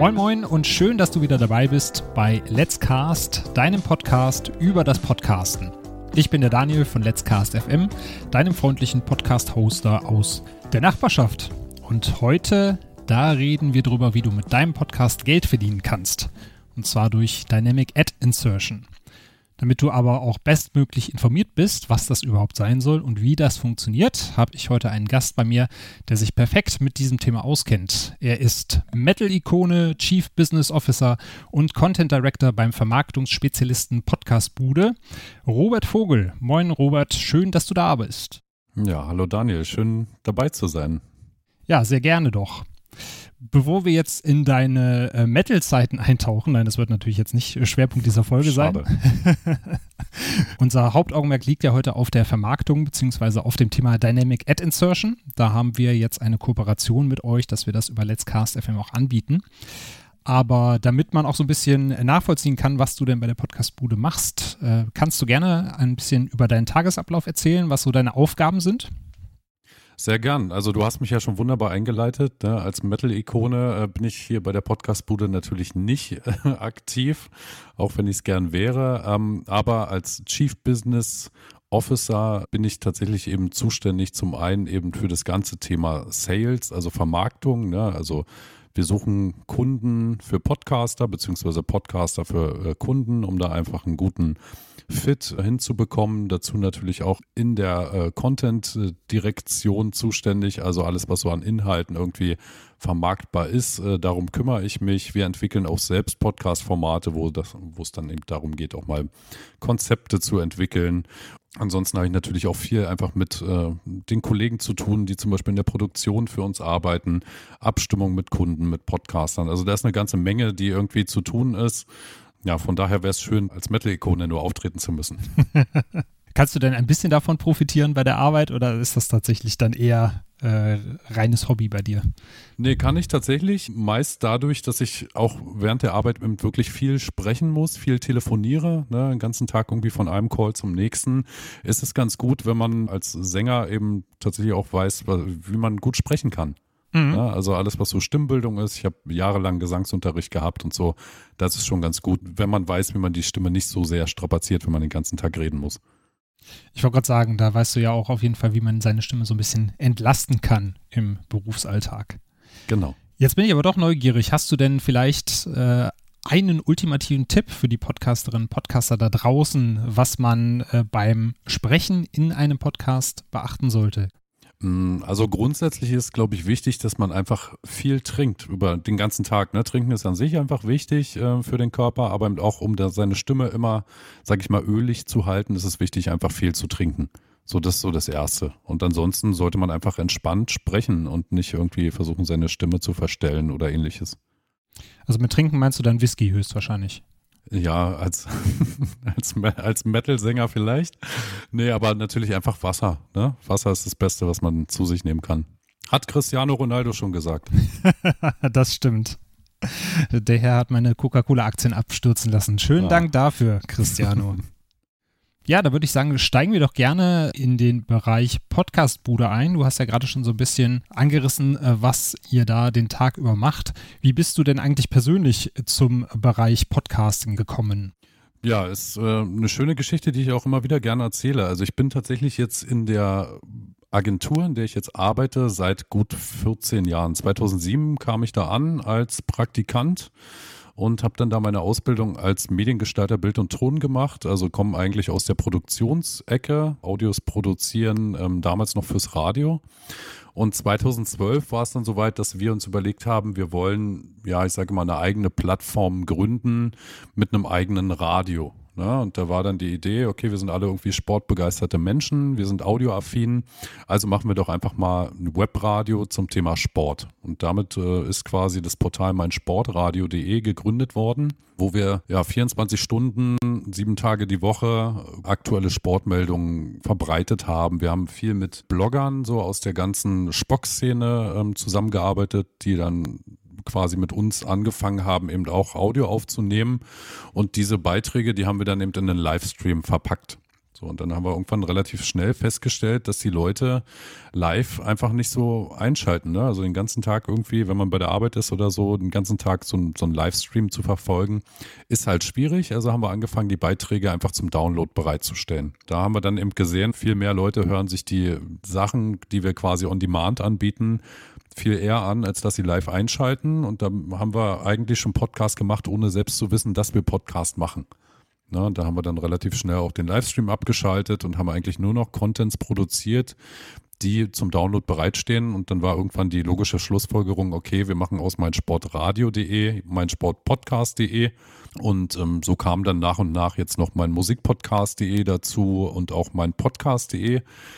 Moin Moin und schön, dass du wieder dabei bist bei Let's Cast, deinem Podcast über das Podcasten. Ich bin der Daniel von Let's Cast FM, deinem freundlichen Podcast-Hoster aus der Nachbarschaft. Und heute, da reden wir drüber, wie du mit deinem Podcast Geld verdienen kannst. Und zwar durch Dynamic Ad Insertion. Damit du aber auch bestmöglich informiert bist, was das überhaupt sein soll und wie das funktioniert, habe ich heute einen Gast bei mir, der sich perfekt mit diesem Thema auskennt. Er ist Metal-Ikone, Chief Business Officer und Content Director beim Vermarktungsspezialisten Podcastbude, Robert Vogel. Moin Robert, schön, dass du da bist. Ja, hallo Daniel, schön dabei zu sein. Ja, sehr gerne doch. Bevor wir jetzt in deine Metal-Zeiten eintauchen, nein, das wird natürlich jetzt nicht Schwerpunkt dieser Folge Schade. sein. Unser Hauptaugenmerk liegt ja heute auf der Vermarktung beziehungsweise auf dem Thema Dynamic Ad Insertion. Da haben wir jetzt eine Kooperation mit euch, dass wir das über Let's Cast FM auch anbieten. Aber damit man auch so ein bisschen nachvollziehen kann, was du denn bei der Podcastbude machst, kannst du gerne ein bisschen über deinen Tagesablauf erzählen, was so deine Aufgaben sind? Sehr gern. Also du hast mich ja schon wunderbar eingeleitet. Ne? Als Metal-Ikone bin ich hier bei der Podcastbude natürlich nicht aktiv, auch wenn ich es gern wäre. Aber als Chief Business Officer bin ich tatsächlich eben zuständig, zum einen eben für das ganze Thema Sales, also Vermarktung. Ne? Also wir suchen Kunden für Podcaster beziehungsweise Podcaster für Kunden, um da einfach einen guten Fit hinzubekommen. Dazu natürlich auch in der Content-Direktion zuständig, also alles, was so an Inhalten irgendwie vermarktbar ist. Darum kümmere ich mich. Wir entwickeln auch selbst Podcast-Formate, wo es dann eben darum geht, auch mal Konzepte zu entwickeln. Ansonsten habe ich natürlich auch viel einfach mit den Kollegen zu tun, die zum Beispiel in der Produktion für uns arbeiten, Abstimmung mit Kunden, mit Podcastern. Also da ist eine ganze Menge, die irgendwie zu tun ist. Ja, von daher wäre es schön, als Metal-Ikone nur auftreten zu müssen. Kannst du denn ein bisschen davon profitieren bei der Arbeit oder ist das tatsächlich dann eher reines Hobby bei dir? Nee, kann ich tatsächlich. Meist dadurch, dass ich auch während der Arbeit wirklich viel sprechen muss, viel telefoniere, ne, den ganzen Tag irgendwie von einem Call zum nächsten, ist es ganz gut, wenn man als Sänger eben tatsächlich auch weiß, wie man gut sprechen kann. Ja, also alles, was so Stimmbildung ist, ich habe jahrelang Gesangsunterricht gehabt und so, das ist schon ganz gut, wenn man weiß, wie man die Stimme nicht so sehr strapaziert, wenn man den ganzen Tag reden muss. Ich wollte gerade sagen, da weißt du ja auch auf jeden Fall, wie man seine Stimme so ein bisschen entlasten kann im Berufsalltag. Genau. Jetzt bin ich aber doch neugierig. Hast du denn vielleicht einen ultimativen Tipp für die Podcasterinnen und Podcaster da draußen, was man beim Sprechen in einem Podcast beachten sollte? Also grundsätzlich ist, glaube ich, wichtig, dass man einfach viel trinkt über den ganzen Tag. Ne? Trinken ist an sich einfach wichtig für den Körper, aber eben auch, um seine Stimme immer, sage ich mal, ölig zu halten, ist es wichtig, einfach viel zu trinken. So, das ist so das Erste. Und ansonsten sollte man einfach entspannt sprechen und nicht irgendwie versuchen, seine Stimme zu verstellen oder ähnliches. Also mit Trinken meinst du dann Whisky höchstwahrscheinlich? Ja, als Metal-Sänger vielleicht. Nee, aber natürlich einfach Wasser. Ne? Wasser ist das Beste, was man zu sich nehmen kann. Hat Cristiano Ronaldo schon gesagt. Das stimmt. Der Herr hat meine Coca-Cola-Aktien abstürzen lassen. Schönen Dank dafür, Cristiano. Ja, da würde ich sagen, steigen wir doch gerne in den Bereich Podcastbude ein. Du hast ja gerade schon so ein bisschen angerissen, was ihr da den Tag über macht. Wie bist du denn eigentlich persönlich zum Bereich Podcasting gekommen? Ja, ist eine schöne Geschichte, die ich auch immer wieder gerne erzähle. Also ich bin tatsächlich jetzt in der Agentur, in der ich jetzt arbeite, seit gut 14 Jahren. 2007 kam ich da an als Praktikant und habe dann da meine Ausbildung als Mediengestalter Bild und Ton gemacht. Also komme eigentlich aus der Produktionsecke, Audios produzieren, damals noch fürs Radio. Und 2012 war es dann soweit, dass wir uns überlegt haben, wir wollen, ja, ich sage mal, eine eigene Plattform gründen mit einem eigenen Radio. Ne? Und da war dann die Idee, okay, wir sind alle irgendwie sportbegeisterte Menschen, wir sind audioaffin, also machen wir doch einfach mal ein Webradio zum Thema Sport. Und damit ist quasi das Portal meinsportradio.de gegründet worden, wo wir ja 24 Stunden, 7 Tage die Woche aktuelle Sportmeldungen verbreitet haben. Wir haben viel mit Bloggern so aus der ganzen Spock-Szene zusammengearbeitet, die dann quasi mit uns angefangen haben, eben auch Audio aufzunehmen. Und diese Beiträge, die haben wir dann eben in einen Livestream verpackt. So, und dann haben wir irgendwann relativ schnell festgestellt, dass die Leute live einfach nicht so einschalten. Ne? Also den ganzen Tag irgendwie, wenn man bei der Arbeit ist oder so, den ganzen Tag so einen Livestream zu verfolgen, ist halt schwierig. Also haben wir angefangen, die Beiträge einfach zum Download bereitzustellen. Da haben wir dann eben gesehen, viel mehr Leute hören sich die Sachen, die wir quasi on demand anbieten, viel eher an, als dass sie live einschalten. Und da haben wir eigentlich schon Podcast gemacht, ohne selbst zu wissen, dass wir Podcast machen. Na, und da haben wir dann relativ schnell auch den Livestream abgeschaltet und haben eigentlich nur noch Contents produziert, die zum Download bereitstehen. Und dann war irgendwann die logische Schlussfolgerung, okay, wir machen aus meinsportradio.de, meinsportpodcast.de. Und so kam dann nach und nach jetzt noch mein Musikpodcast.de dazu und auch mein Podcast.de.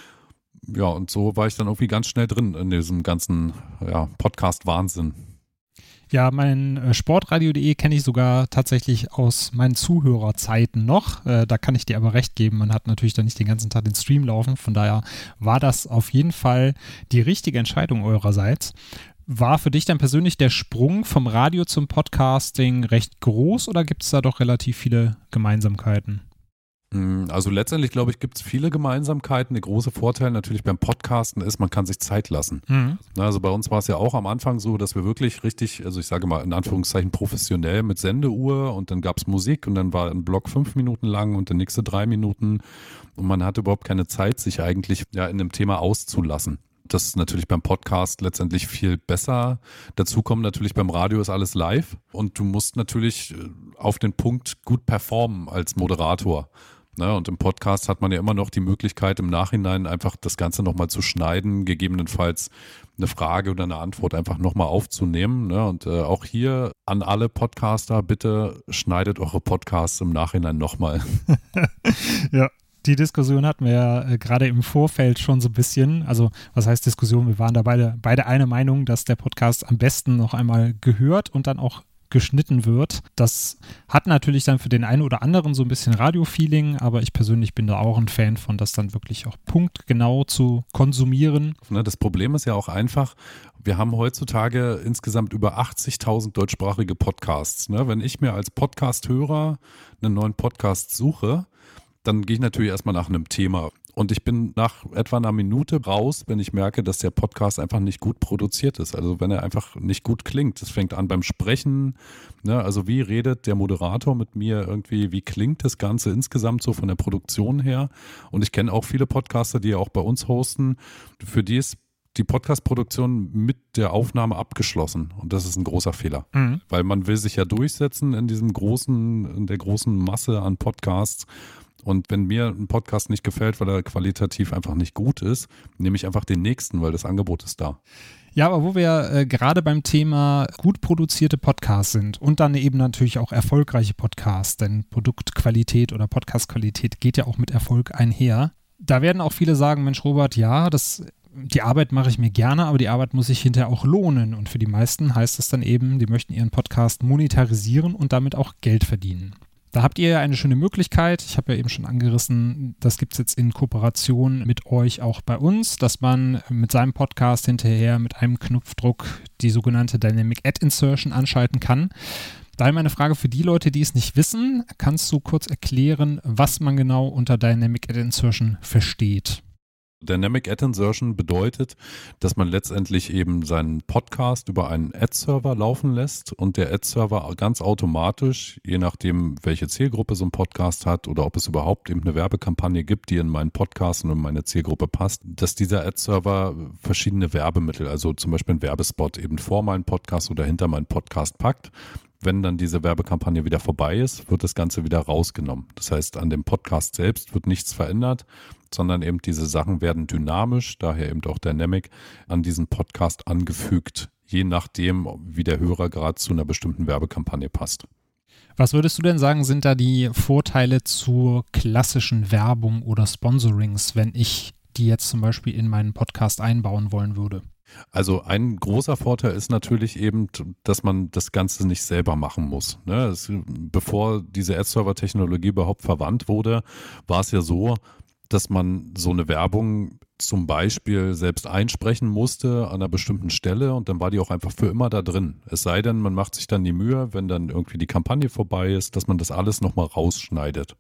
Ja, und so war ich dann irgendwie ganz schnell drin in diesem ganzen Podcast-Wahnsinn. Ja, mein Sportradio.de kenne ich sogar tatsächlich aus meinen Zuhörerzeiten noch. Da kann ich dir aber recht geben, man hat natürlich dann nicht den ganzen Tag den Stream laufen. Von daher war das auf jeden Fall die richtige Entscheidung eurerseits. War für dich dann persönlich der Sprung vom Radio zum Podcasting recht groß oder gibt es da doch relativ viele Gemeinsamkeiten? Also letztendlich, glaube ich, gibt es viele Gemeinsamkeiten. Der große Vorteil natürlich beim Podcasten ist, man kann sich Zeit lassen. Also bei uns war es ja auch am Anfang so, dass wir wirklich richtig, also ich sage mal in Anführungszeichen professionell mit Sendeuhr und dann gab es Musik und dann war ein Block 5 Minuten lang und der nächste 3 Minuten und man hatte überhaupt keine Zeit, sich eigentlich in einem Thema auszulassen. Das ist natürlich beim Podcast letztendlich viel besser. Dazu kommt natürlich beim Radio ist alles live und du musst natürlich auf den Punkt gut performen als Moderator. Ne, und im Podcast hat man ja immer noch die Möglichkeit, im Nachhinein einfach das Ganze nochmal zu schneiden, gegebenenfalls eine Frage oder eine Antwort einfach nochmal aufzunehmen. Ne? Und auch hier an alle Podcaster, bitte schneidet eure Podcasts im Nachhinein nochmal. Ja. Die Diskussion hatten wir ja gerade im Vorfeld schon so ein bisschen. Also was heißt Diskussion? Wir waren da beide einer Meinung, dass der Podcast am besten noch einmal gehört und dann auch geschnitten wird. Das hat natürlich dann für den einen oder anderen so ein bisschen Radio-Feeling, aber ich persönlich bin da auch ein Fan von, das dann wirklich auch punktgenau zu konsumieren. Das Problem ist ja auch einfach, wir haben heutzutage insgesamt über 80.000 deutschsprachige Podcasts. Wenn ich mir als Podcast-Hörer einen neuen Podcast suche, dann gehe ich natürlich erstmal nach einem Thema. Und ich bin nach etwa einer Minute raus, wenn ich merke, dass der Podcast einfach nicht gut produziert ist. Also wenn er einfach nicht gut klingt. Es fängt an beim Sprechen. Also wie redet der Moderator mit mir irgendwie? Wie klingt das Ganze insgesamt so von der Produktion her? Und ich kenne auch viele Podcaster, die ja auch bei uns hosten. Für die ist die Podcast-Produktion mit der Aufnahme abgeschlossen. Und das ist ein großer Fehler. Weil man will sich ja durchsetzen in der großen Masse an Podcasts. Und wenn mir ein Podcast nicht gefällt, weil er qualitativ einfach nicht gut ist, nehme ich einfach den nächsten, weil das Angebot ist da. Ja, aber wo wir gerade beim Thema gut produzierte Podcasts sind und dann eben natürlich auch erfolgreiche Podcasts, denn Produktqualität oder Podcastqualität geht ja auch mit Erfolg einher. Da werden auch viele sagen, Mensch Robert, ja, die Arbeit mache ich mir gerne, aber die Arbeit muss sich hinterher auch lohnen. Und für die meisten heißt das dann eben, die möchten ihren Podcast monetarisieren und damit auch Geld verdienen. Da habt ihr ja eine schöne Möglichkeit, ich habe ja eben schon angerissen, das gibt es jetzt in Kooperation mit euch auch bei uns, dass man mit seinem Podcast hinterher mit einem Knopfdruck die sogenannte Dynamic Ad Insertion anschalten kann. Daher meine Frage für die Leute, die es nicht wissen, kannst du kurz erklären, was man genau unter Dynamic Ad Insertion versteht? Dynamic Ad Insertion bedeutet, dass man letztendlich eben seinen Podcast über einen Ad-Server laufen lässt und der Ad-Server ganz automatisch, je nachdem, welche Zielgruppe so ein Podcast hat oder ob es überhaupt eben eine Werbekampagne gibt, die in meinen Podcast und in meine Zielgruppe passt, dass dieser Ad-Server verschiedene Werbemittel, also zum Beispiel einen Werbespot eben vor meinen Podcast oder hinter meinen Podcast packt. Wenn dann diese Werbekampagne wieder vorbei ist, wird das Ganze wieder rausgenommen. Das heißt, an dem Podcast selbst wird nichts verändert, sondern eben diese Sachen werden dynamisch, daher eben auch Dynamic, an diesen Podcast angefügt, je nachdem, wie der Hörer gerade zu einer bestimmten Werbekampagne passt. Was würdest du denn sagen, sind da die Vorteile zur klassischen Werbung oder Sponsorings, wenn ich die jetzt zum Beispiel in meinen Podcast einbauen wollen würde? Also ein großer Vorteil ist natürlich eben, dass man das Ganze nicht selber machen muss. Bevor diese Ad-Server-Technologie überhaupt verwandt wurde, war es ja so, dass man so eine Werbung zum Beispiel selbst einsprechen musste an einer bestimmten Stelle und dann war die auch einfach für immer da drin. Es sei denn, man macht sich dann die Mühe, wenn dann irgendwie die Kampagne vorbei ist, dass man das alles nochmal rausschneidet.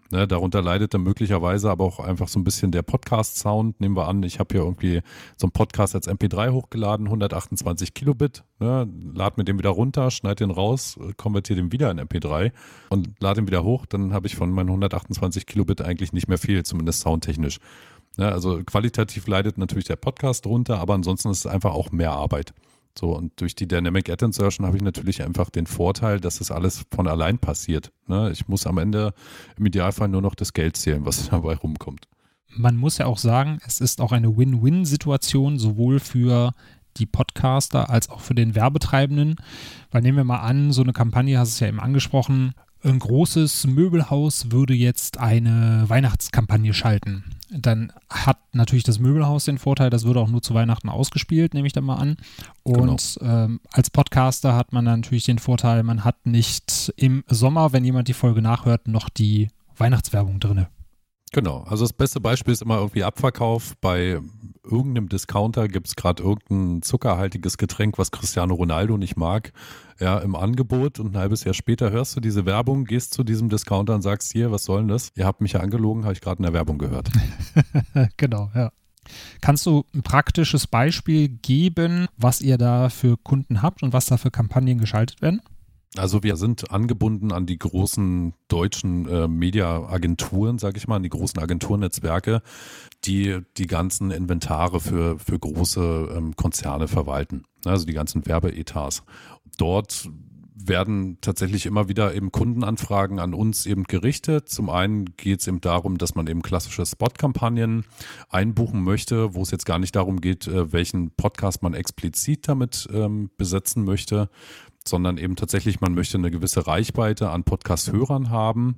Ne, darunter leidet dann möglicherweise aber auch einfach so ein bisschen der Podcast-Sound. Nehmen wir an, ich habe hier irgendwie so einen Podcast als MP3 hochgeladen, 128 Kilobit, ne, lade mir den wieder runter, schneide den raus, konvertiere den wieder in MP3 und lade ihn wieder hoch. Dann habe ich von meinen 128 Kilobit eigentlich nicht mehr viel, zumindest soundtechnisch. Ne, also qualitativ leidet natürlich der Podcast drunter, aber ansonsten ist es einfach auch mehr Arbeit. So, und durch die Dynamic Ad Insertion habe ich natürlich einfach den Vorteil, dass das alles von allein passiert. Ne? Ich muss am Ende im Idealfall nur noch das Geld zählen, was dabei rumkommt. Man muss ja auch sagen, es ist auch eine Win-Win-Situation, sowohl für die Podcaster als auch für den Werbetreibenden. Weil nehmen wir mal an, so eine Kampagne, hast du es ja eben angesprochen, ein großes Möbelhaus würde jetzt eine Weihnachtskampagne schalten. Dann hat natürlich das Möbelhaus den Vorteil, das würde auch nur zu Weihnachten ausgespielt, nehme ich dann mal an. Und als Podcaster hat man dann natürlich den Vorteil, man hat nicht im Sommer, wenn jemand die Folge nachhört, noch die Weihnachtswerbung drin. Genau, also das beste Beispiel ist immer irgendwie Abverkauf. Bei irgendeinem Discounter gibt es gerade irgendein zuckerhaltiges Getränk, was Cristiano Ronaldo nicht mag, ja, im Angebot, und ein halbes Jahr später hörst du diese Werbung, gehst zu diesem Discounter und sagst, hier, was soll denn das? Ihr habt mich ja angelogen, habe ich gerade in der Werbung gehört. Genau, ja. Kannst du ein praktisches Beispiel geben, was ihr da für Kunden habt und was da für Kampagnen geschaltet werden? Also wir sind angebunden an die großen deutschen Media-Agenturen, sage ich mal, an die großen Agenturnetzwerke, die die ganzen Inventare für große Konzerne verwalten, also die ganzen Werbeetats. Dort werden tatsächlich immer wieder eben Kundenanfragen an uns eben gerichtet. Zum einen geht es eben darum, dass man eben klassische Spot-Kampagnen einbuchen möchte, wo es jetzt gar nicht darum geht, welchen Podcast man explizit damit besetzen möchte, sondern eben tatsächlich, man möchte eine gewisse Reichweite an Podcast-Hörern haben.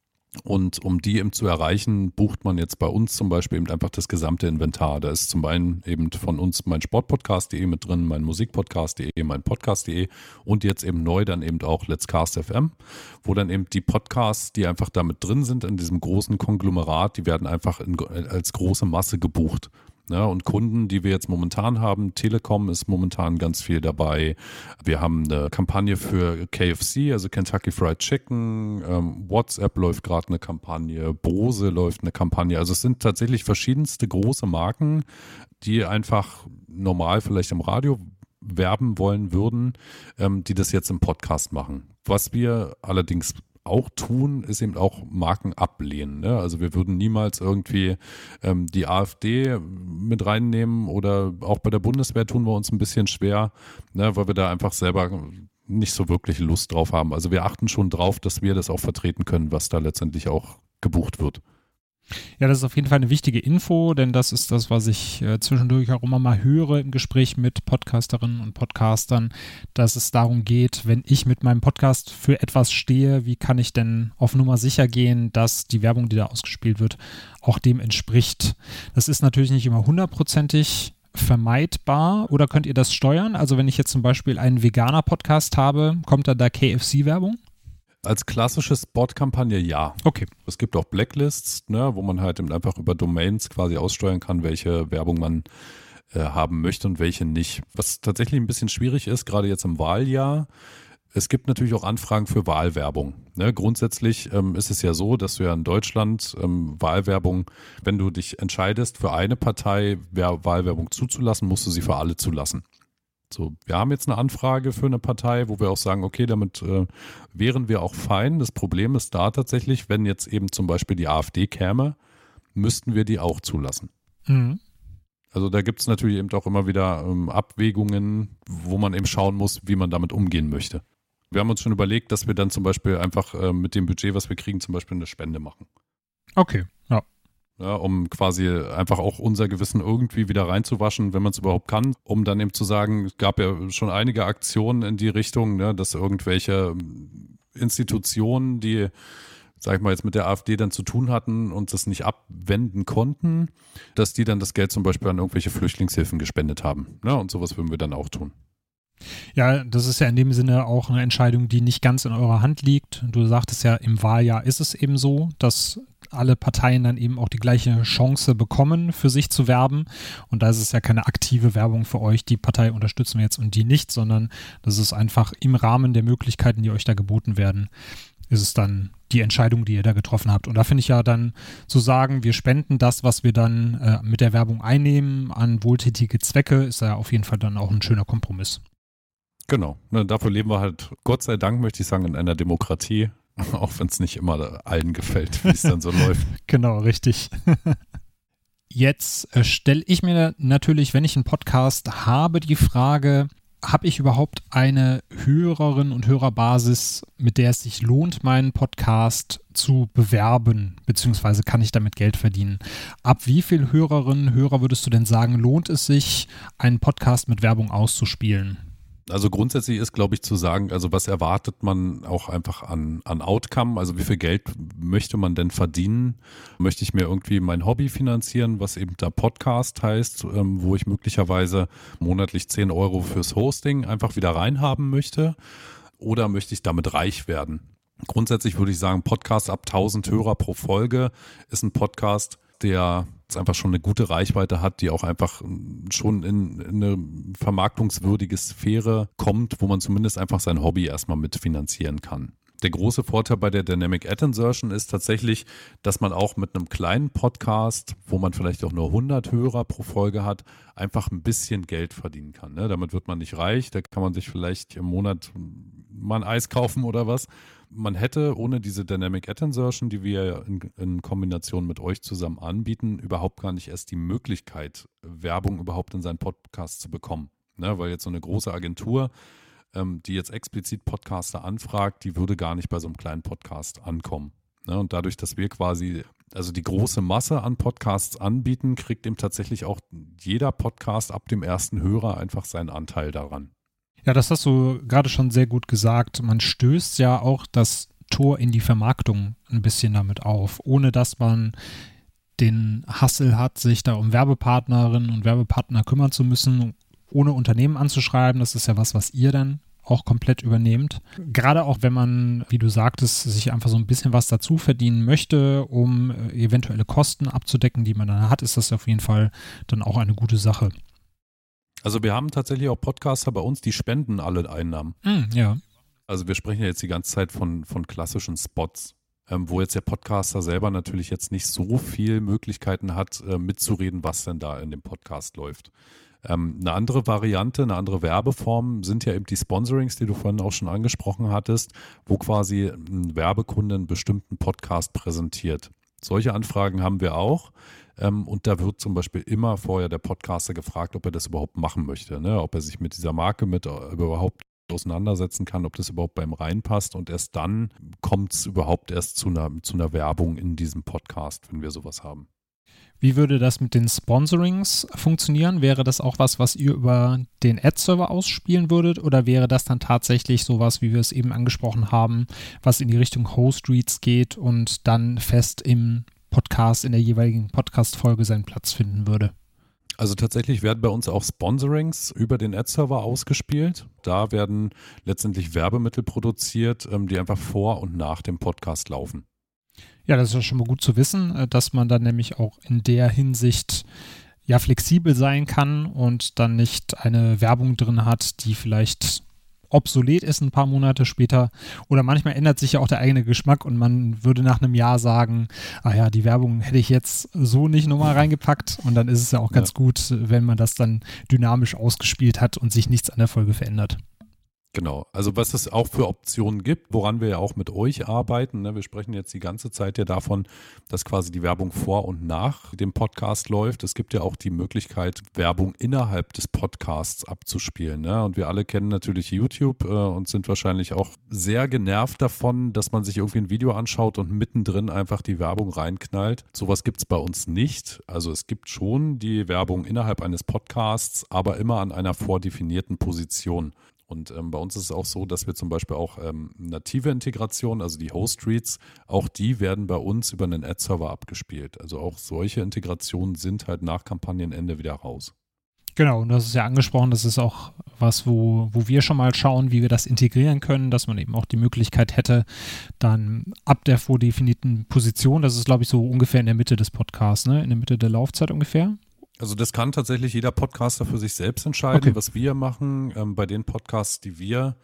Und um die eben zu erreichen, bucht man jetzt bei uns zum Beispiel eben einfach das gesamte Inventar. Da ist zum einen eben von uns mein Sportpodcast.de mit drin, mein Musikpodcast.de, mein Podcast.de und jetzt eben neu dann eben auch Let's Cast FM, wo dann eben die Podcasts, die einfach damit drin sind in diesem großen Konglomerat, die werden einfach als große Masse gebucht. Ja, und Kunden, die wir jetzt momentan haben, Telekom ist momentan ganz viel dabei. Wir haben eine Kampagne für KFC, also Kentucky Fried Chicken. WhatsApp läuft gerade eine Kampagne. Bose läuft eine Kampagne. Also es sind tatsächlich verschiedenste große Marken, die einfach normal vielleicht im Radio werben wollen würden, die das jetzt im Podcast machen. Was wir allerdings auch tun, ist eben auch Marken ablehnen. Ne? Also wir würden niemals irgendwie die AfD mit reinnehmen, oder auch bei der Bundeswehr tun wir uns ein bisschen schwer, ne? Weil wir da einfach selber nicht so wirklich Lust drauf haben. Also wir achten schon drauf, dass wir das auch vertreten können, was da letztendlich auch gebucht wird. Ja, das ist auf jeden Fall eine wichtige Info, denn das ist das, was ich zwischendurch auch immer mal höre im Gespräch mit Podcasterinnen und Podcastern, dass es darum geht, wenn ich mit meinem Podcast für etwas stehe, wie kann ich denn auf Nummer sicher gehen, dass die Werbung, die da ausgespielt wird, auch dem entspricht. Das ist natürlich nicht immer 100%ig vermeidbar, oder könnt ihr das steuern? Also wenn ich jetzt zum Beispiel einen Veganer-Podcast habe, kommt da KFC-Werbung? Als klassische Spot-Kampagne ja. Okay. Es gibt auch Blacklists, ne, wo man halt eben einfach über Domains quasi aussteuern kann, welche Werbung man haben möchte und welche nicht. Was tatsächlich ein bisschen schwierig ist, gerade jetzt im Wahljahr. Es gibt natürlich auch Anfragen für Wahlwerbung. Ne, grundsätzlich ist es ja so, dass du ja in Deutschland Wahlwerbung, wenn du dich entscheidest, für eine Partei Wahlwerbung zuzulassen, musst du sie für alle zulassen. So, wir haben jetzt eine Anfrage für eine Partei, wo wir auch sagen, okay, damit wären wir auch fein. Das Problem ist da tatsächlich, wenn jetzt eben zum Beispiel die AfD käme, müssten wir die auch zulassen. Mhm. Also da gibt es natürlich eben auch immer wieder Abwägungen, wo man eben schauen muss, wie man damit umgehen möchte. Wir haben uns schon überlegt, dass wir dann zum Beispiel einfach mit dem Budget, was wir kriegen, zum Beispiel eine Spende machen. Okay, ja. Ja, um quasi einfach auch unser Gewissen irgendwie wieder reinzuwaschen, wenn man es überhaupt kann, um dann eben zu sagen, es gab ja schon einige Aktionen in die Richtung, ne, dass irgendwelche Institutionen, die, sag ich mal, jetzt mit der AfD dann zu tun hatten und das nicht abwenden konnten, dass die dann das Geld zum Beispiel an irgendwelche Flüchtlingshilfen gespendet haben. Ne, und sowas würden wir dann auch tun. Ja, das ist ja in dem Sinne auch eine Entscheidung, die nicht ganz in eurer Hand liegt. Du sagtest ja, im Wahljahr ist es eben so, dass alle Parteien dann eben auch die gleiche Chance bekommen, für sich zu werben. Und da ist es ja keine aktive Werbung für euch, die Partei unterstützen wir jetzt und die nicht, sondern das ist einfach im Rahmen der Möglichkeiten, die euch da geboten werden, ist es dann die Entscheidung, die ihr da getroffen habt. Und da finde ich ja dann zu sagen, wir spenden das, was wir dann mit der Werbung einnehmen, an wohltätige Zwecke, ist ja auf jeden Fall dann auch ein schöner Kompromiss. Genau. Dafür leben wir halt, Gott sei Dank, möchte ich sagen, in einer Demokratie, auch wenn es nicht immer allen gefällt, wie es dann so läuft. Genau, richtig. Jetzt stelle ich mir natürlich, wenn ich einen Podcast habe, die Frage, habe ich überhaupt eine Hörerinnen- und Hörerbasis, mit der es sich lohnt, meinen Podcast zu bewerben, beziehungsweise kann ich damit Geld verdienen? Ab wie viel Hörerinnen und Hörer würdest du denn sagen, lohnt es sich, einen Podcast mit Werbung auszuspielen? Also grundsätzlich ist, glaube ich, zu sagen, also was erwartet man auch einfach an Outcome, also wie viel Geld möchte man denn verdienen? Möchte ich mir irgendwie mein Hobby finanzieren, was eben der Podcast heißt, wo ich möglicherweise monatlich 10 Euro fürs Hosting einfach wieder reinhaben möchte? Oder möchte ich damit reich werden? Grundsätzlich würde ich sagen, Podcast ab 1000 Hörer pro Folge ist ein Podcast, der einfach schon eine gute Reichweite hat, die auch einfach schon in eine vermarktungswürdige Sphäre kommt, wo man zumindest einfach sein Hobby erstmal mitfinanzieren kann. Der große Vorteil bei der Dynamic Ad Insertion ist tatsächlich, dass man auch mit einem kleinen Podcast, wo man vielleicht auch nur 100 Hörer pro Folge hat, einfach ein bisschen Geld verdienen kann. Ne? Damit wird man nicht reich, da kann man sich vielleicht im Monat mal ein Eis kaufen oder was. Man hätte ohne diese Dynamic Ad Insertion, die wir in Kombination mit euch zusammen anbieten, überhaupt gar nicht erst die Möglichkeit, Werbung überhaupt in seinen Podcast zu bekommen. Ne? Weil jetzt so eine große Agentur, die jetzt explizit Podcaster anfragt, die würde gar nicht bei so einem kleinen Podcast ankommen. Ne? Und dadurch, dass wir quasi also die große Masse an Podcasts anbieten, kriegt eben tatsächlich auch jeder Podcast ab dem ersten Hörer einfach seinen Anteil daran. Ja, das hast du gerade schon sehr gut gesagt. Man stößt ja auch das Tor in die Vermarktung ein bisschen damit auf, ohne dass man den Hassel hat, sich da um Werbepartnerinnen und Werbepartner kümmern zu müssen, ohne Unternehmen anzuschreiben. Das ist ja was ihr dann auch komplett übernehmt. Gerade auch, wenn man, wie du sagtest, sich einfach so ein bisschen was dazu verdienen möchte, um eventuelle Kosten abzudecken, die man dann hat, ist das auf jeden Fall dann auch eine gute Sache. Also wir haben tatsächlich auch Podcaster bei uns, die spenden alle Einnahmen. Ja. Also wir sprechen ja jetzt die ganze Zeit von klassischen Spots, wo jetzt der Podcaster selber natürlich jetzt nicht so viel Möglichkeiten hat, mitzureden, was denn da in dem Podcast läuft. Eine andere Variante, eine andere Werbeform sind ja eben die Sponsorings, die du vorhin auch schon angesprochen hattest, wo quasi ein Werbekunde einen bestimmten Podcast präsentiert. Solche Anfragen haben wir auch. Und da wird zum Beispiel immer vorher der Podcaster gefragt, ob er das überhaupt machen möchte, ne? Ob er sich mit dieser Marke überhaupt auseinandersetzen kann, ob das überhaupt bei ihm reinpasst. Und erst dann kommt es überhaupt erst zu einer Werbung in diesem Podcast, wenn wir sowas haben. Wie würde das mit den Sponsorings funktionieren? Wäre das auch was ihr über den Ad-Server ausspielen würdet, oder wäre das dann tatsächlich sowas, wie wir es eben angesprochen haben, was in die Richtung Host-Reads geht und dann fest im Podcast, in der jeweiligen Podcast-Folge seinen Platz finden würde? Also tatsächlich werden bei uns auch Sponsorings über den Ad-Server ausgespielt. Da werden letztendlich Werbemittel produziert, die einfach vor und nach dem Podcast laufen. Ja, das ist ja schon mal gut zu wissen, dass man dann nämlich auch in der Hinsicht ja flexibel sein kann und dann nicht eine Werbung drin hat, die vielleicht obsolet ist ein paar Monate später, oder manchmal ändert sich ja auch der eigene Geschmack und man würde nach einem Jahr sagen, die Werbung hätte ich jetzt so nicht nochmal reingepackt, und dann ist es ja auch ganz gut, wenn man das dann dynamisch ausgespielt hat und sich nichts an der Folge verändert. Genau, also was es auch für Optionen gibt, woran wir ja auch mit euch arbeiten, ne? Wir sprechen jetzt die ganze Zeit ja davon, dass quasi die Werbung vor und nach dem Podcast läuft. Es gibt ja auch die Möglichkeit, Werbung innerhalb des Podcasts abzuspielen, ne? Und wir alle kennen natürlich YouTube und sind wahrscheinlich auch sehr genervt davon, dass man sich irgendwie ein Video anschaut und mittendrin einfach die Werbung reinknallt. Sowas gibt es bei uns nicht. Also es gibt schon die Werbung innerhalb eines Podcasts, aber immer an einer vordefinierten Position. Und bei uns ist es auch so, dass wir zum Beispiel auch native Integration, also die Host-Reads, auch die werden bei uns über einen Ad-Server abgespielt. Also auch solche Integrationen sind halt nach Kampagnenende wieder raus. Genau, und das ist ja angesprochen, das ist auch was, wo wir schon mal schauen, wie wir das integrieren können, dass man eben auch die Möglichkeit hätte, dann ab der vordefinierten Position, das ist, glaube ich, so ungefähr in der Mitte des Podcasts, ne? In der Mitte der Laufzeit ungefähr. Also das kann tatsächlich jeder Podcaster für sich selbst entscheiden, was wir machen. Bei den Podcasts, die wir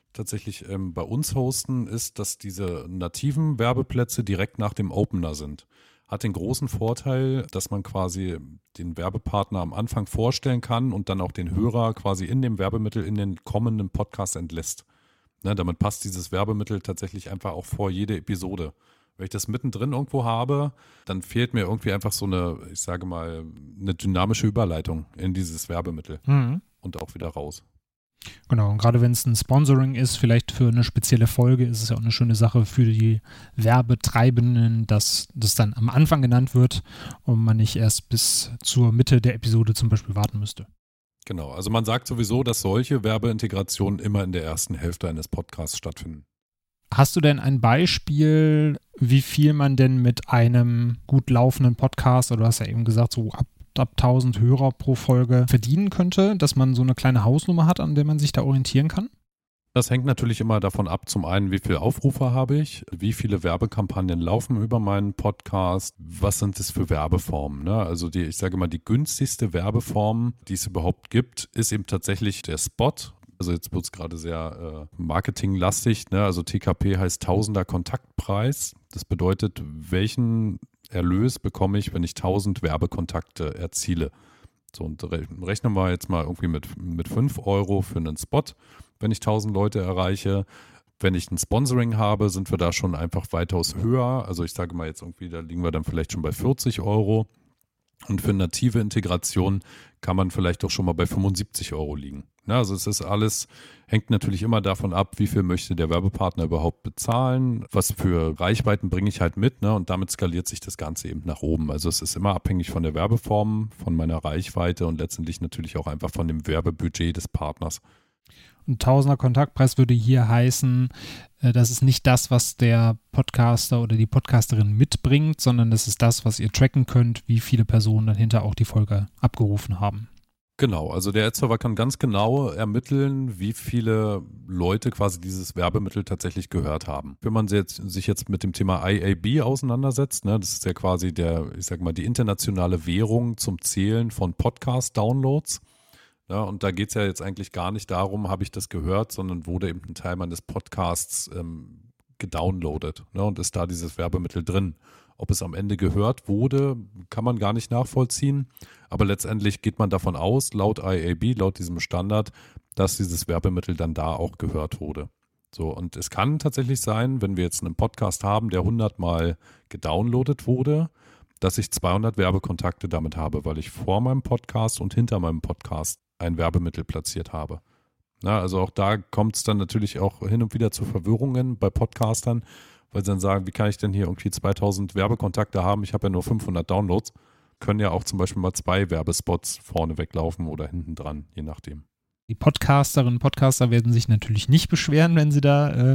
tatsächlich bei uns hosten, ist, dass diese nativen Werbeplätze direkt nach dem Opener sind. Hat den großen Vorteil, dass man quasi den Werbepartner am Anfang vorstellen kann und dann auch den Hörer quasi in dem Werbemittel in den kommenden Podcast entlässt. Ne, damit passt dieses Werbemittel tatsächlich einfach auch vor jede Episode. Wenn ich das mittendrin irgendwo habe, dann fehlt mir irgendwie einfach so eine, ich sage mal, eine dynamische Überleitung in dieses Werbemittel und auch wieder raus. Genau, und gerade wenn es ein Sponsoring ist, vielleicht für eine spezielle Folge, ist es ja auch eine schöne Sache für die Werbetreibenden, dass das dann am Anfang genannt wird und man nicht erst bis zur Mitte der Episode zum Beispiel warten müsste. Genau, also man sagt sowieso, dass solche Werbeintegrationen immer in der ersten Hälfte eines Podcasts stattfinden. Hast du denn ein Beispiel, wie viel man denn mit einem gut laufenden Podcast, oder du hast ja eben gesagt, so ab 1000 Hörer pro Folge verdienen könnte, dass man so eine kleine Hausnummer hat, an der man sich da orientieren kann? Das hängt natürlich immer davon ab, zum einen, wie viele Aufrufe habe ich, wie viele Werbekampagnen laufen über meinen Podcast, was sind es für Werbeformen, ne? Also ich sage mal, die günstigste Werbeform, die es überhaupt gibt, ist eben tatsächlich der Spot. Also jetzt wird es gerade sehr marketinglastig, ne? Also TKP heißt Tausender Kontaktpreis. Das bedeutet, welchen Erlös bekomme ich, wenn ich 1000 Werbekontakte erziele. So, und rechnen wir jetzt mal irgendwie mit 5 Euro für einen Spot, wenn ich 1000 Leute erreiche. Wenn ich ein Sponsoring habe, sind wir da schon einfach weitaus höher. Also ich sage mal jetzt irgendwie, da liegen wir dann vielleicht schon bei 40 Euro. Und für native Integration kann man vielleicht auch schon mal bei 75 Euro liegen. Ja, also es ist alles, hängt natürlich immer davon ab, wie viel möchte der Werbepartner überhaupt bezahlen, was für Reichweiten bringe ich halt mit, ne? Und damit skaliert sich das Ganze eben nach oben. Also es ist immer abhängig von der Werbeform, von meiner Reichweite und letztendlich natürlich auch einfach von dem Werbebudget des Partners. Ein Tausender Kontaktpreis würde hier heißen, das ist nicht das, was der Podcaster oder die Podcasterin mitbringt, sondern das ist das, was ihr tracken könnt, wie viele Personen dann hinter auch die Folge abgerufen haben. Genau, also der Ad-Server kann ganz genau ermitteln, wie viele Leute quasi dieses Werbemittel tatsächlich gehört haben. Wenn man sich jetzt mit dem Thema IAB auseinandersetzt, ne, das ist ja quasi die internationale Währung zum Zählen von Podcast-Downloads. Ja, und da geht es ja jetzt eigentlich gar nicht darum, habe ich das gehört, sondern wurde eben ein Teil meines Podcasts gedownloadet, ne, und ist da dieses Werbemittel drin. Ob es am Ende gehört wurde, kann man gar nicht nachvollziehen. Aber letztendlich geht man davon aus, laut IAB, laut diesem Standard, dass dieses Werbemittel dann da auch gehört wurde. So, und es kann tatsächlich sein, wenn wir jetzt einen Podcast haben, der 100 Mal gedownloadet wurde, dass ich 200 Werbekontakte damit habe, weil ich vor meinem Podcast und hinter meinem Podcast ein Werbemittel platziert habe. Na, also auch da kommt es dann natürlich auch hin und wieder zu Verwirrungen bei Podcastern, weil sie dann sagen, wie kann ich denn hier irgendwie 2000 Werbekontakte haben? Ich habe ja nur 500 Downloads. Können ja auch zum Beispiel mal 2 Werbespots vorne weglaufen oder hinten dran, je nachdem. Die Podcasterinnen und Podcaster werden sich natürlich nicht beschweren, wenn sie da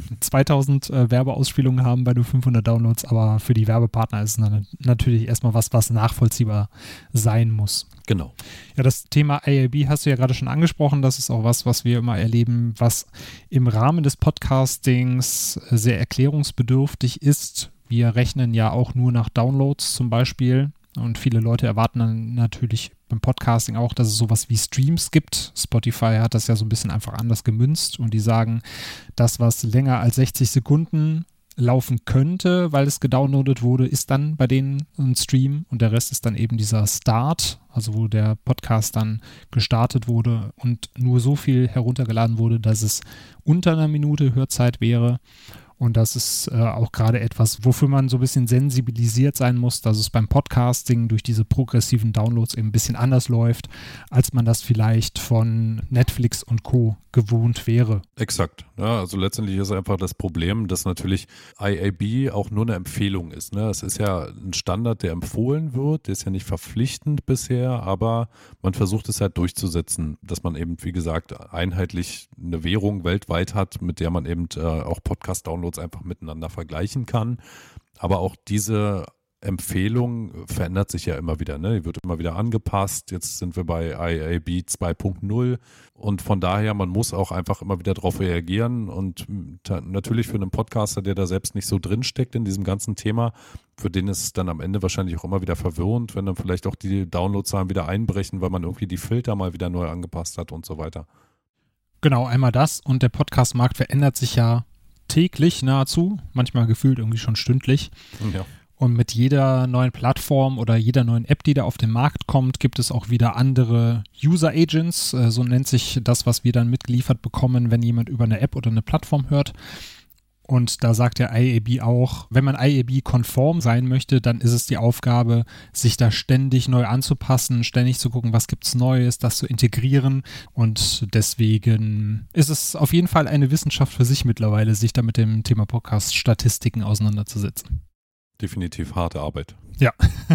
2000 Werbeausspielungen haben bei nur 500 Downloads, aber für die Werbepartner ist es natürlich erstmal was nachvollziehbar sein muss. Genau. Ja, das Thema IAB hast du ja gerade schon angesprochen. Das ist auch was wir immer erleben, was im Rahmen des Podcastings sehr erklärungsbedürftig ist. Wir rechnen ja auch nur nach Downloads zum Beispiel. Und viele Leute erwarten dann natürlich beim Podcasting auch, dass es sowas wie Streams gibt. Spotify hat das ja so ein bisschen einfach anders gemünzt und die sagen, das, was länger als 60 Sekunden laufen könnte, weil es gedownloadet wurde, ist dann bei denen ein Stream und der Rest ist dann eben dieser Start, also wo der Podcast dann gestartet wurde und nur so viel heruntergeladen wurde, dass es unter einer Minute Hörzeit wäre. Und das ist auch gerade etwas, wofür man so ein bisschen sensibilisiert sein muss, dass es beim Podcasting durch diese progressiven Downloads eben ein bisschen anders läuft, als man das vielleicht von Netflix und Co. gewohnt wäre. Exakt. Ja, also letztendlich ist einfach das Problem, dass natürlich IAB auch nur eine Empfehlung ist. Ne? Es ist ja ein Standard, der empfohlen wird, der ist ja nicht verpflichtend bisher, aber man versucht es halt durchzusetzen, dass man eben, wie gesagt, einheitlich eine Währung weltweit hat, mit der man eben auch Podcast-Downloads einfach miteinander vergleichen kann. Aber auch diese Empfehlung verändert sich ja immer wieder, ne? Die wird immer wieder angepasst. Jetzt sind wir bei IAB 2.0 und von daher, man muss auch einfach immer wieder darauf reagieren und natürlich für einen Podcaster, der da selbst nicht so drinsteckt in diesem ganzen Thema, für den ist es dann am Ende wahrscheinlich auch immer wieder verwirrend, wenn dann vielleicht auch die Downloadzahlen wieder einbrechen, weil man irgendwie die Filter mal wieder neu angepasst hat und so weiter. Genau, einmal das und der Podcast-Markt verändert sich ja täglich nahezu, manchmal gefühlt irgendwie schon stündlich. Ja. Und mit jeder neuen Plattform oder jeder neuen App, die da auf den Markt kommt, gibt es auch wieder andere User Agents. So nennt sich das, was wir dann mitgeliefert bekommen, wenn jemand über eine App oder eine Plattform hört. Und da sagt der IAB auch, wenn man IAB-konform sein möchte, dann ist es die Aufgabe, sich da ständig neu anzupassen, ständig zu gucken, was gibt's Neues, das zu integrieren. Und deswegen ist es auf jeden Fall eine Wissenschaft für sich mittlerweile, sich da mit dem Thema Podcast-Statistiken auseinanderzusetzen. Definitiv harte Arbeit. Ja.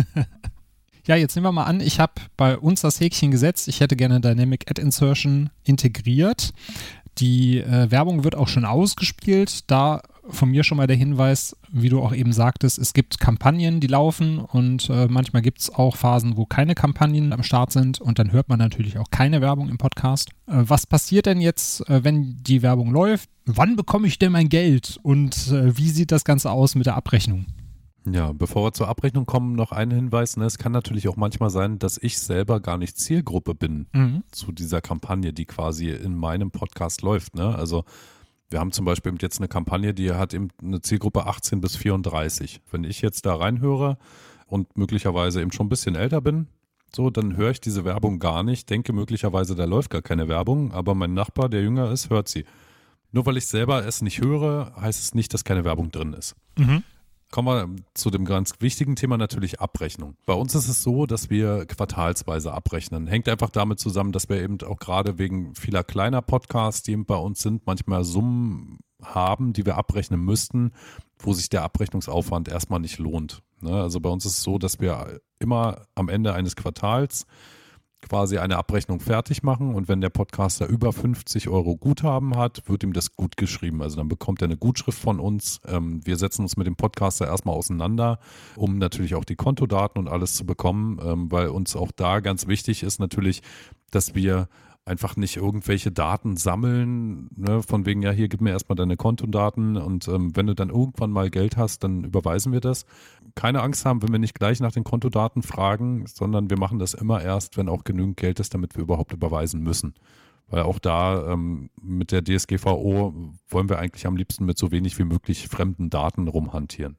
Ja, jetzt nehmen wir mal an, ich habe bei uns das Häkchen gesetzt, ich hätte gerne Dynamic Ad Insertion integriert. Die Werbung wird auch schon ausgespielt. Da von mir schon mal der Hinweis, wie du auch eben sagtest, es gibt Kampagnen, die laufen und manchmal gibt es auch Phasen, wo keine Kampagnen am Start sind und dann hört man natürlich auch keine Werbung im Podcast. Was passiert denn jetzt, wenn die Werbung läuft? Wann bekomme ich denn mein Geld und wie sieht das Ganze aus mit der Abrechnung? Ja, bevor wir zur Abrechnung kommen, noch ein Hinweis. Es kann natürlich auch manchmal sein, dass ich selber gar nicht Zielgruppe bin zu dieser Kampagne, die quasi in meinem Podcast läuft. Also wir haben zum Beispiel jetzt eine Kampagne, die hat eben eine Zielgruppe 18 bis 34. Wenn ich jetzt da reinhöre und möglicherweise eben schon ein bisschen älter bin, dann höre ich diese Werbung gar nicht, denke möglicherweise, da läuft gar keine Werbung, aber mein Nachbar, der jünger ist, hört sie. Nur weil ich selber es nicht höre, heißt es nicht, dass keine Werbung drin ist. Kommen wir zu dem ganz wichtigen Thema, natürlich Abrechnung. Bei uns ist es so, dass wir quartalsweise abrechnen. Hängt einfach damit zusammen, dass wir eben auch gerade wegen vieler kleiner Podcasts, die eben bei uns sind, manchmal Summen haben, die wir abrechnen müssten, wo sich der Abrechnungsaufwand erstmal nicht lohnt. Also bei uns ist es so, dass wir immer am Ende eines Quartals quasi eine Abrechnung fertig machen und wenn der Podcaster über 50 € Guthaben hat, wird ihm das gut geschrieben. Also dann bekommt er eine Gutschrift von uns. Wir setzen uns mit dem Podcaster erstmal auseinander, um natürlich auch die Kontodaten und alles zu bekommen, weil uns auch da ganz wichtig ist natürlich, dass wir einfach nicht irgendwelche Daten sammeln, von wegen, ja, hier gib mir erstmal deine Kontodaten und wenn du dann irgendwann mal Geld hast, dann überweisen wir das. Keine Angst haben, wenn wir nicht gleich nach den Kontodaten fragen, sondern wir machen das immer erst, wenn auch genügend Geld ist, damit wir überhaupt überweisen müssen. Weil auch da mit der DSGVO wollen wir eigentlich am liebsten mit so wenig wie möglich fremden Daten rumhantieren.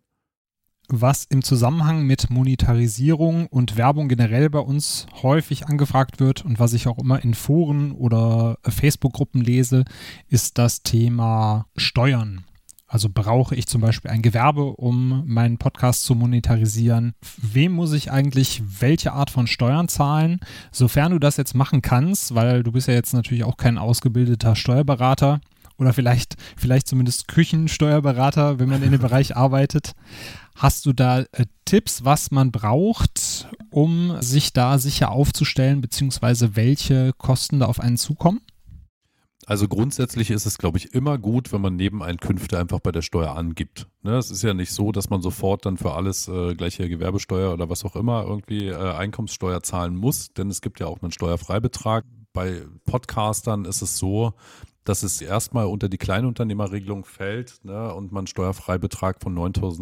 Was im Zusammenhang mit Monetarisierung und Werbung generell bei uns häufig angefragt wird und was ich auch immer in Foren oder Facebook-Gruppen lese, ist das Thema Steuern. Also brauche ich zum Beispiel ein Gewerbe, um meinen Podcast zu monetarisieren? Wem muss ich eigentlich welche Art von Steuern zahlen? Sofern du das jetzt machen kannst, weil du bist ja jetzt natürlich auch kein ausgebildeter Steuerberater oder vielleicht zumindest Küchensteuerberater, wenn man in dem Bereich arbeitet. Hast du da Tipps, was man braucht, um sich da sicher aufzustellen, beziehungsweise welche Kosten da auf einen zukommen? Also grundsätzlich ist es, glaube ich, immer gut, wenn man Nebeneinkünfte einfach bei der Steuer angibt. Es ist ja nicht so, dass man sofort dann für alles gleich hier Gewerbesteuer oder was auch immer irgendwie Einkommenssteuer zahlen muss, denn es gibt ja auch einen Steuerfreibetrag. Bei Podcastern ist es so, dass es erstmal unter die Kleinunternehmerregelung fällt und man einen Steuerfreibetrag von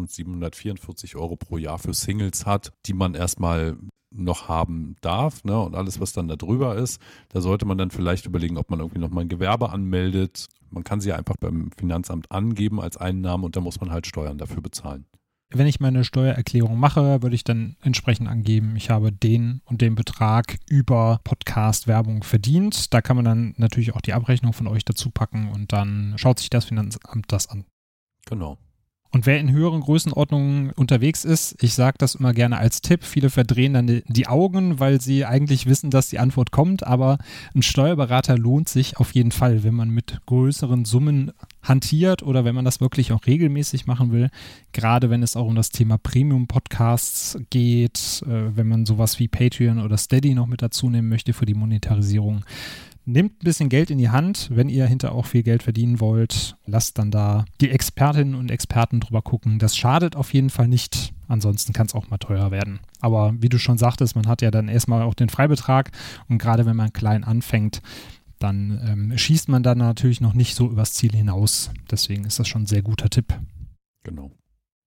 9.744 € pro Jahr für Singles hat, die man erstmal noch haben darf, und alles, was dann da drüber ist, da sollte man dann vielleicht überlegen, ob man irgendwie nochmal ein Gewerbe anmeldet. Man kann sie ja einfach beim Finanzamt angeben als Einnahmen und da muss man halt Steuern dafür bezahlen. Wenn ich meine Steuererklärung mache, würde ich dann entsprechend angeben, ich habe den und den Betrag über Podcast-Werbung verdient. Da kann man dann natürlich auch die Abrechnung von euch dazu packen und dann schaut sich das Finanzamt das an. Genau. Und wer in höheren Größenordnungen unterwegs ist, ich sage das immer gerne als Tipp, viele verdrehen dann die Augen, weil sie eigentlich wissen, dass die Antwort kommt, aber ein Steuerberater lohnt sich auf jeden Fall, wenn man mit größeren Summen hantiert oder wenn man das wirklich auch regelmäßig machen will, gerade wenn es auch um das Thema Premium-Podcasts geht, wenn man sowas wie Patreon oder Steady noch mit dazu nehmen möchte für die Monetarisierung. Nehmt ein bisschen Geld in die Hand, wenn ihr hinterher auch viel Geld verdienen wollt. Lasst dann da die Expertinnen und Experten drüber gucken. Das schadet auf jeden Fall nicht. Ansonsten kann es auch mal teuer werden. Aber wie du schon sagtest, man hat ja dann erstmal auch den Freibetrag. Und gerade wenn man klein anfängt, dann schießt man dann natürlich noch nicht so übers Ziel hinaus. Deswegen ist das schon ein sehr guter Tipp. Genau.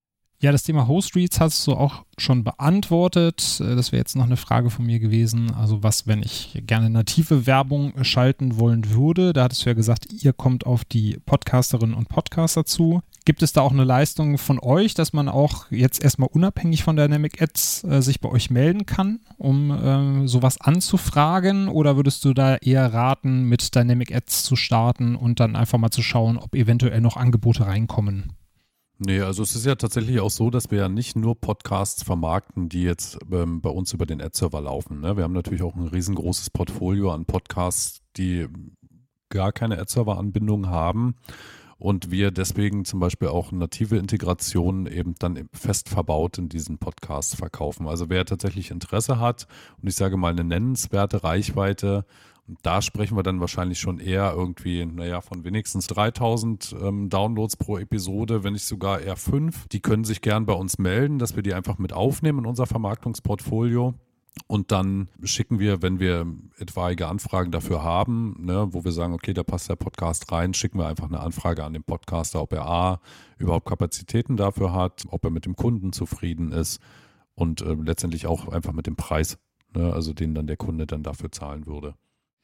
Ja, das Thema Host-Reads hast du auch schon beantwortet. Das wäre jetzt noch eine Frage von mir gewesen. Also was, wenn ich gerne native Werbung schalten wollen würde? Da hattest du ja gesagt, ihr kommt auf die Podcasterinnen und Podcaster zu. Gibt es da auch eine Leistung von euch, dass man auch jetzt erstmal unabhängig von Dynamic Ads sich bei euch melden kann, um sowas anzufragen? Oder würdest du da eher raten, mit Dynamic Ads zu starten und dann einfach mal zu schauen, ob eventuell noch Angebote reinkommen? Nee, also es ist ja tatsächlich auch so, dass wir ja nicht nur Podcasts vermarkten, die jetzt bei uns über den Ad-Server laufen. Ne? Wir haben natürlich auch ein riesengroßes Portfolio an Podcasts, die gar keine Ad-Server-Anbindung haben und wir deswegen zum Beispiel auch native Integrationen eben dann fest verbaut in diesen Podcasts verkaufen. Also wer tatsächlich Interesse hat und ich sage mal eine nennenswerte Reichweite, da sprechen wir dann wahrscheinlich schon eher irgendwie, von wenigstens 3000 Downloads pro Episode, wenn nicht sogar eher 5. Die können sich gern bei uns melden, dass wir die einfach mit aufnehmen in unser Vermarktungsportfolio. Und dann schicken wir, wenn wir etwaige Anfragen dafür haben, wo wir sagen, okay, da passt der Podcast rein, schicken wir einfach eine Anfrage an den Podcaster, ob er überhaupt Kapazitäten dafür hat, ob er mit dem Kunden zufrieden ist und letztendlich auch einfach mit dem Preis, also den dann der Kunde dann dafür zahlen würde.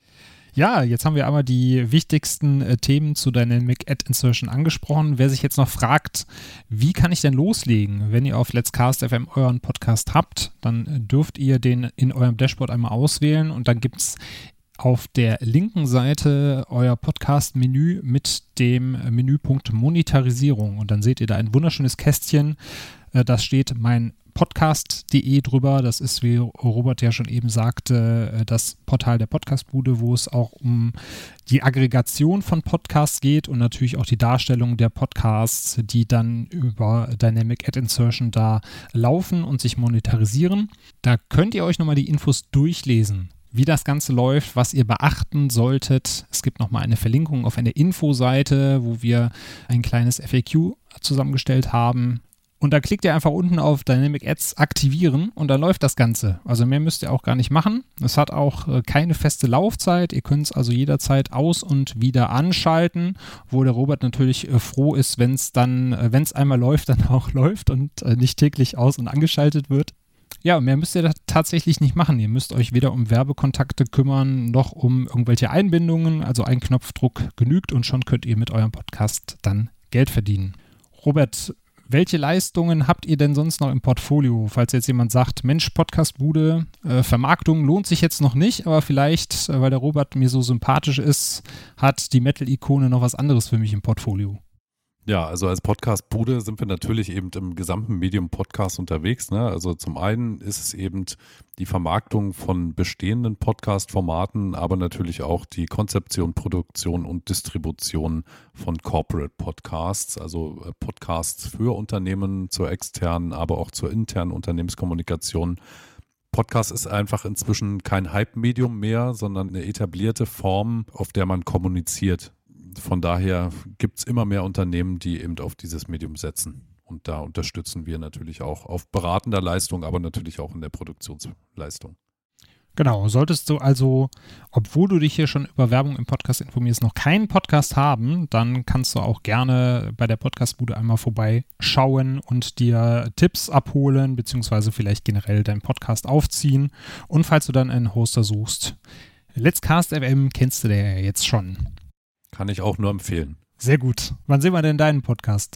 Ja, jetzt haben wir einmal die wichtigsten Themen zu Dynamic Ad Insertion angesprochen. Wer sich jetzt noch fragt, wie kann ich denn loslegen? Wenn ihr auf Let's Cast FM euren Podcast habt, dann dürft ihr den in eurem Dashboard einmal auswählen und dann gibt es auf der linken Seite euer Podcast-Menü mit dem Menüpunkt Monetarisierung und dann seht ihr da ein wunderschönes Kästchen, das steht mein podcast.de drüber. Das ist, wie Robert ja schon eben sagte, das Portal der Podcastbude, wo es auch um die Aggregation von Podcasts geht und natürlich auch die Darstellung der Podcasts, die dann über Dynamic Ad Insertion da laufen und sich monetarisieren. Da könnt ihr euch nochmal die Infos durchlesen, wie das Ganze läuft, was ihr beachten solltet. Es gibt nochmal eine Verlinkung auf eine Infoseite, wo wir ein kleines FAQ zusammengestellt haben. Und da klickt ihr einfach unten auf Dynamic Ads aktivieren und dann läuft das Ganze. Also mehr müsst ihr auch gar nicht machen. Es hat auch keine feste Laufzeit. Ihr könnt es also jederzeit aus- und wieder anschalten, wo der Robert natürlich froh ist, wenn es einmal läuft, dann auch läuft und nicht täglich aus- und angeschaltet wird. Ja, mehr müsst ihr da tatsächlich nicht machen. Ihr müsst euch weder um Werbekontakte kümmern, noch um irgendwelche Einbindungen. Also ein Knopfdruck genügt und schon könnt ihr mit eurem Podcast dann Geld verdienen. Robert, welche Leistungen habt ihr denn sonst noch im Portfolio? Falls jetzt jemand sagt, Mensch, Podcastbude, Vermarktung lohnt sich jetzt noch nicht, aber vielleicht, weil der Robert mir so sympathisch ist, hat die Metal-Ikone noch was anderes für mich im Portfolio. Ja, also als Podcast-Bude sind wir natürlich eben im gesamten Medium Podcast unterwegs. Ne? Also zum einen ist es eben die Vermarktung von bestehenden Podcast-Formaten, aber natürlich auch die Konzeption, Produktion und Distribution von Corporate Podcasts, also Podcasts für Unternehmen, zur externen, aber auch zur internen Unternehmenskommunikation. Podcast ist einfach inzwischen kein Hype-Medium mehr, sondern eine etablierte Form, auf der man kommuniziert. Von daher gibt es immer mehr Unternehmen, die eben auf dieses Medium setzen. Und da unterstützen wir natürlich auch auf beratender Leistung, aber natürlich auch in der Produktionsleistung. Genau, solltest du also, obwohl du dich hier schon über Werbung im Podcast informierst, noch keinen Podcast haben, dann kannst du auch gerne bei der Podcastbude einmal vorbeischauen und dir Tipps abholen, beziehungsweise vielleicht generell deinen Podcast aufziehen. Und falls du dann einen Hoster suchst, Let's Cast FM kennst du ja jetzt schon. Kann ich auch nur empfehlen. Sehr gut. Wann sehen wir denn deinen Podcast?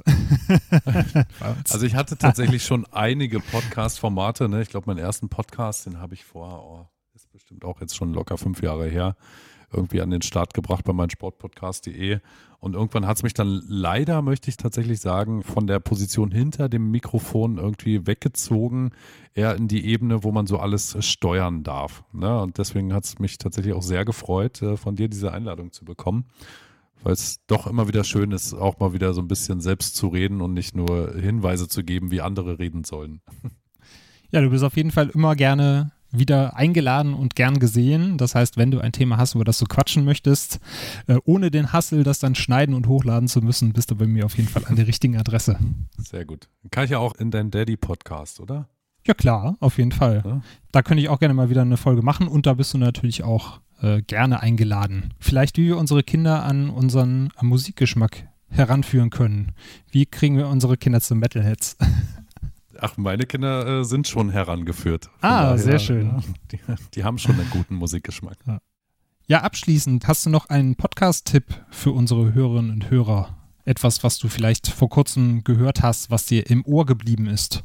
Also ich hatte tatsächlich schon einige Podcast-Formate. Ne? Ich glaube, meinen ersten Podcast, den habe ich ist bestimmt auch jetzt schon locker 5 Jahre her, irgendwie an den Start gebracht bei meinsportpodcast.de. Und irgendwann hat es mich dann leider, möchte ich tatsächlich sagen, von der Position hinter dem Mikrofon irgendwie weggezogen, eher in die Ebene, wo man so alles steuern darf. Ne? Und deswegen hat es mich tatsächlich auch sehr gefreut, von dir diese Einladung zu bekommen. Weil es doch immer wieder schön ist, auch mal wieder so ein bisschen selbst zu reden und nicht nur Hinweise zu geben, wie andere reden sollen. Ja, du bist auf jeden Fall immer gerne wieder eingeladen und gern gesehen. Das heißt, wenn du ein Thema hast, über das du quatschen möchtest, ohne den Hassel, das dann schneiden und hochladen zu müssen, bist du bei mir auf jeden Fall an der richtigen Adresse. Sehr gut. Kann ich ja auch in deinen Daddy-Podcast, oder? Ja klar, auf jeden Fall. Ja. Da könnte ich auch gerne mal wieder eine Folge machen und da bist du natürlich auch gerne eingeladen. Vielleicht, wie wir unsere Kinder an unseren Musikgeschmack heranführen können. Wie kriegen wir unsere Kinder zu Metalheads? Ach, meine Kinder sind schon herangeführt. Von daher, sehr schön. Ja, die haben schon einen guten Musikgeschmack. Ja, abschließend, hast du noch einen Podcast-Tipp für unsere Hörerinnen und Hörer? Etwas, was du vielleicht vor kurzem gehört hast, was dir im Ohr geblieben ist?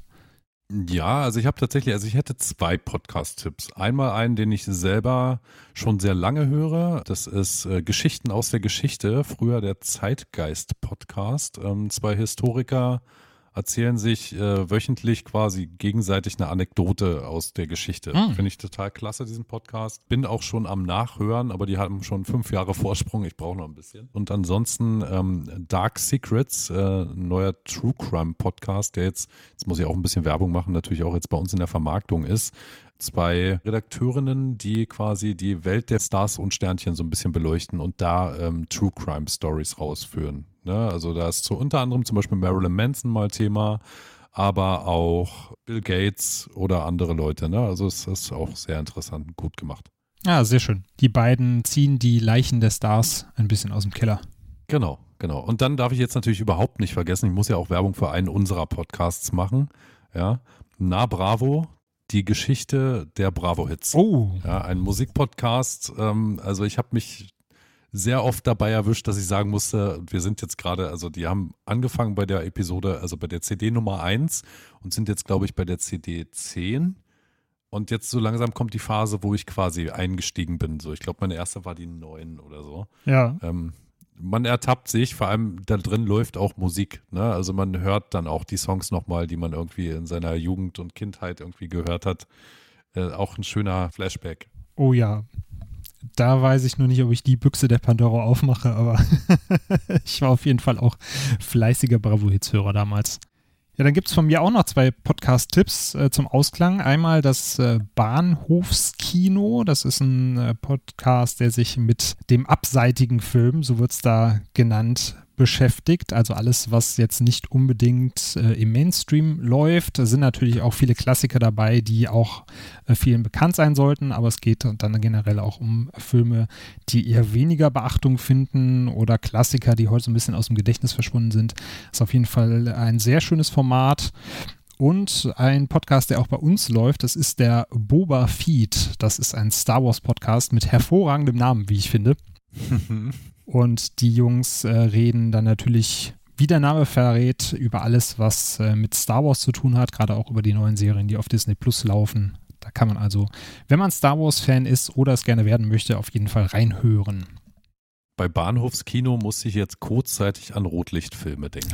Ja, also ich hätte 2 Podcast-Tipps. Einmal einen, den ich selber schon sehr lange höre. Das ist Geschichten aus der Geschichte, früher der Zeitgeist-Podcast. 2 Historiker erzählen sich wöchentlich quasi gegenseitig eine Anekdote aus der Geschichte. Finde ich total klasse, diesen Podcast. Bin auch schon am Nachhören, aber die haben schon 5 Jahre Vorsprung. Ich brauche noch ein bisschen. Und ansonsten Dark Secrets, neuer True Crime Podcast, der jetzt muss ich auch ein bisschen Werbung machen, natürlich auch jetzt bei uns in der Vermarktung ist. 2 Redakteurinnen, die quasi die Welt der Stars und Sternchen so ein bisschen beleuchten und da True Crime Stories rausführen. Ne? Also da ist so unter anderem zum Beispiel Marilyn Manson mal Thema, aber auch Bill Gates oder andere Leute. Ne? Also es ist auch sehr interessant und gut gemacht. Ja, sehr schön. Die beiden ziehen die Leichen der Stars ein bisschen aus dem Keller. Genau. Und dann darf ich jetzt natürlich überhaupt nicht vergessen, ich muss ja auch Werbung für einen unserer Podcasts machen. Ja, Na Bravo, die Geschichte der Bravo-Hits. Oh. Ja, ein Musikpodcast. Also ich habe mich sehr oft dabei erwischt, dass ich sagen musste, wir sind jetzt gerade, also die haben angefangen bei der Episode, also bei der CD Nummer 1 und sind jetzt, glaube ich, bei der CD 10. Und jetzt so langsam kommt die Phase, wo ich quasi eingestiegen bin. So, ich glaube, meine erste war die 9 oder so. Ja. Man ertappt sich, vor allem da drin läuft auch Musik. Ne? Also man hört dann auch die Songs nochmal, die man irgendwie in seiner Jugend und Kindheit irgendwie gehört hat. Auch ein schöner Flashback. Oh ja. Da weiß ich nur nicht, ob ich die Büchse der Pandora aufmache, aber ich war auf jeden Fall auch fleißiger Bravo-Hits-Hörer damals. Ja, dann gibt es von mir auch noch 2 Podcast-Tipps zum Ausklang. Einmal das Bahnhofskino. Das ist ein Podcast, der sich mit dem abseitigen Film, so wird es da genannt, beschäftigt. Also alles, was jetzt nicht unbedingt im Mainstream läuft. Da sind natürlich auch viele Klassiker dabei, die auch vielen bekannt sein sollten. Aber es geht dann generell auch um Filme, die eher weniger Beachtung finden oder Klassiker, die heute so ein bisschen aus dem Gedächtnis verschwunden sind. Das ist auf jeden Fall ein sehr schönes Format. Und ein Podcast, der auch bei uns läuft, das ist der Boba Feed. Das ist ein Star Wars Podcast mit hervorragendem Namen, wie ich finde. Und die Jungs reden dann natürlich, wie der Name verrät, über alles, was mit Star Wars zu tun hat, gerade auch über die neuen Serien, die auf Disney Plus laufen. Da kann man also, wenn man Star Wars-Fan ist oder es gerne werden möchte, auf jeden Fall reinhören. Bei Bahnhofskino musste ich jetzt kurzzeitig an Rotlichtfilme denken.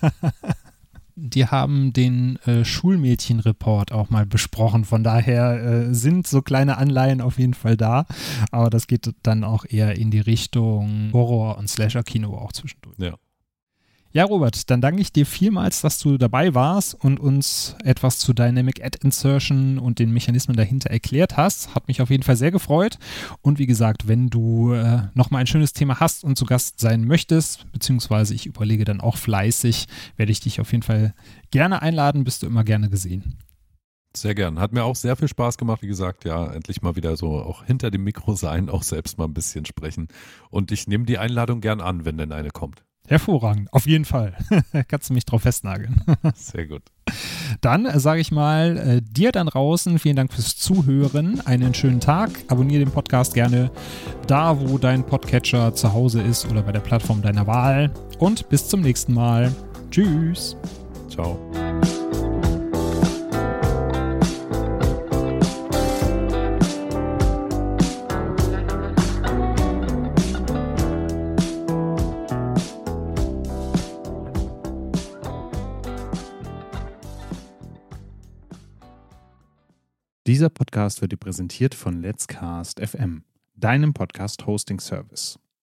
Die haben den Schulmädchen-Report auch mal besprochen. Von daher sind so kleine Anleihen auf jeden Fall da. Aber das geht dann auch eher in die Richtung Horror- und Slasher-Kino auch zwischendurch. Ja. Ja, Robert, dann danke ich dir vielmals, dass du dabei warst und uns etwas zu Dynamic Ad Insertion und den Mechanismen dahinter erklärt hast. Hat mich auf jeden Fall sehr gefreut. Und wie gesagt, wenn du nochmal ein schönes Thema hast und zu Gast sein möchtest, beziehungsweise ich überlege dann auch fleißig, werde ich dich auf jeden Fall gerne einladen, bist du immer gerne gesehen. Sehr gern. Hat mir auch sehr viel Spaß gemacht. Wie gesagt, ja, endlich mal wieder so auch hinter dem Mikro sein, auch selbst mal ein bisschen sprechen. Und ich nehme die Einladung gern an, wenn denn eine kommt. Hervorragend, auf jeden Fall. Kannst du mich drauf festnageln. Sehr gut. Dann sage ich mal dir dann draußen, vielen Dank fürs Zuhören, einen schönen Tag, abonniere den Podcast gerne da, wo dein Podcatcher zu Hause ist oder bei der Plattform deiner Wahl und bis zum nächsten Mal. Tschüss. Ciao. Dieser Podcast wird dir präsentiert von Let's Cast FM, deinem Podcast-Hosting-Service.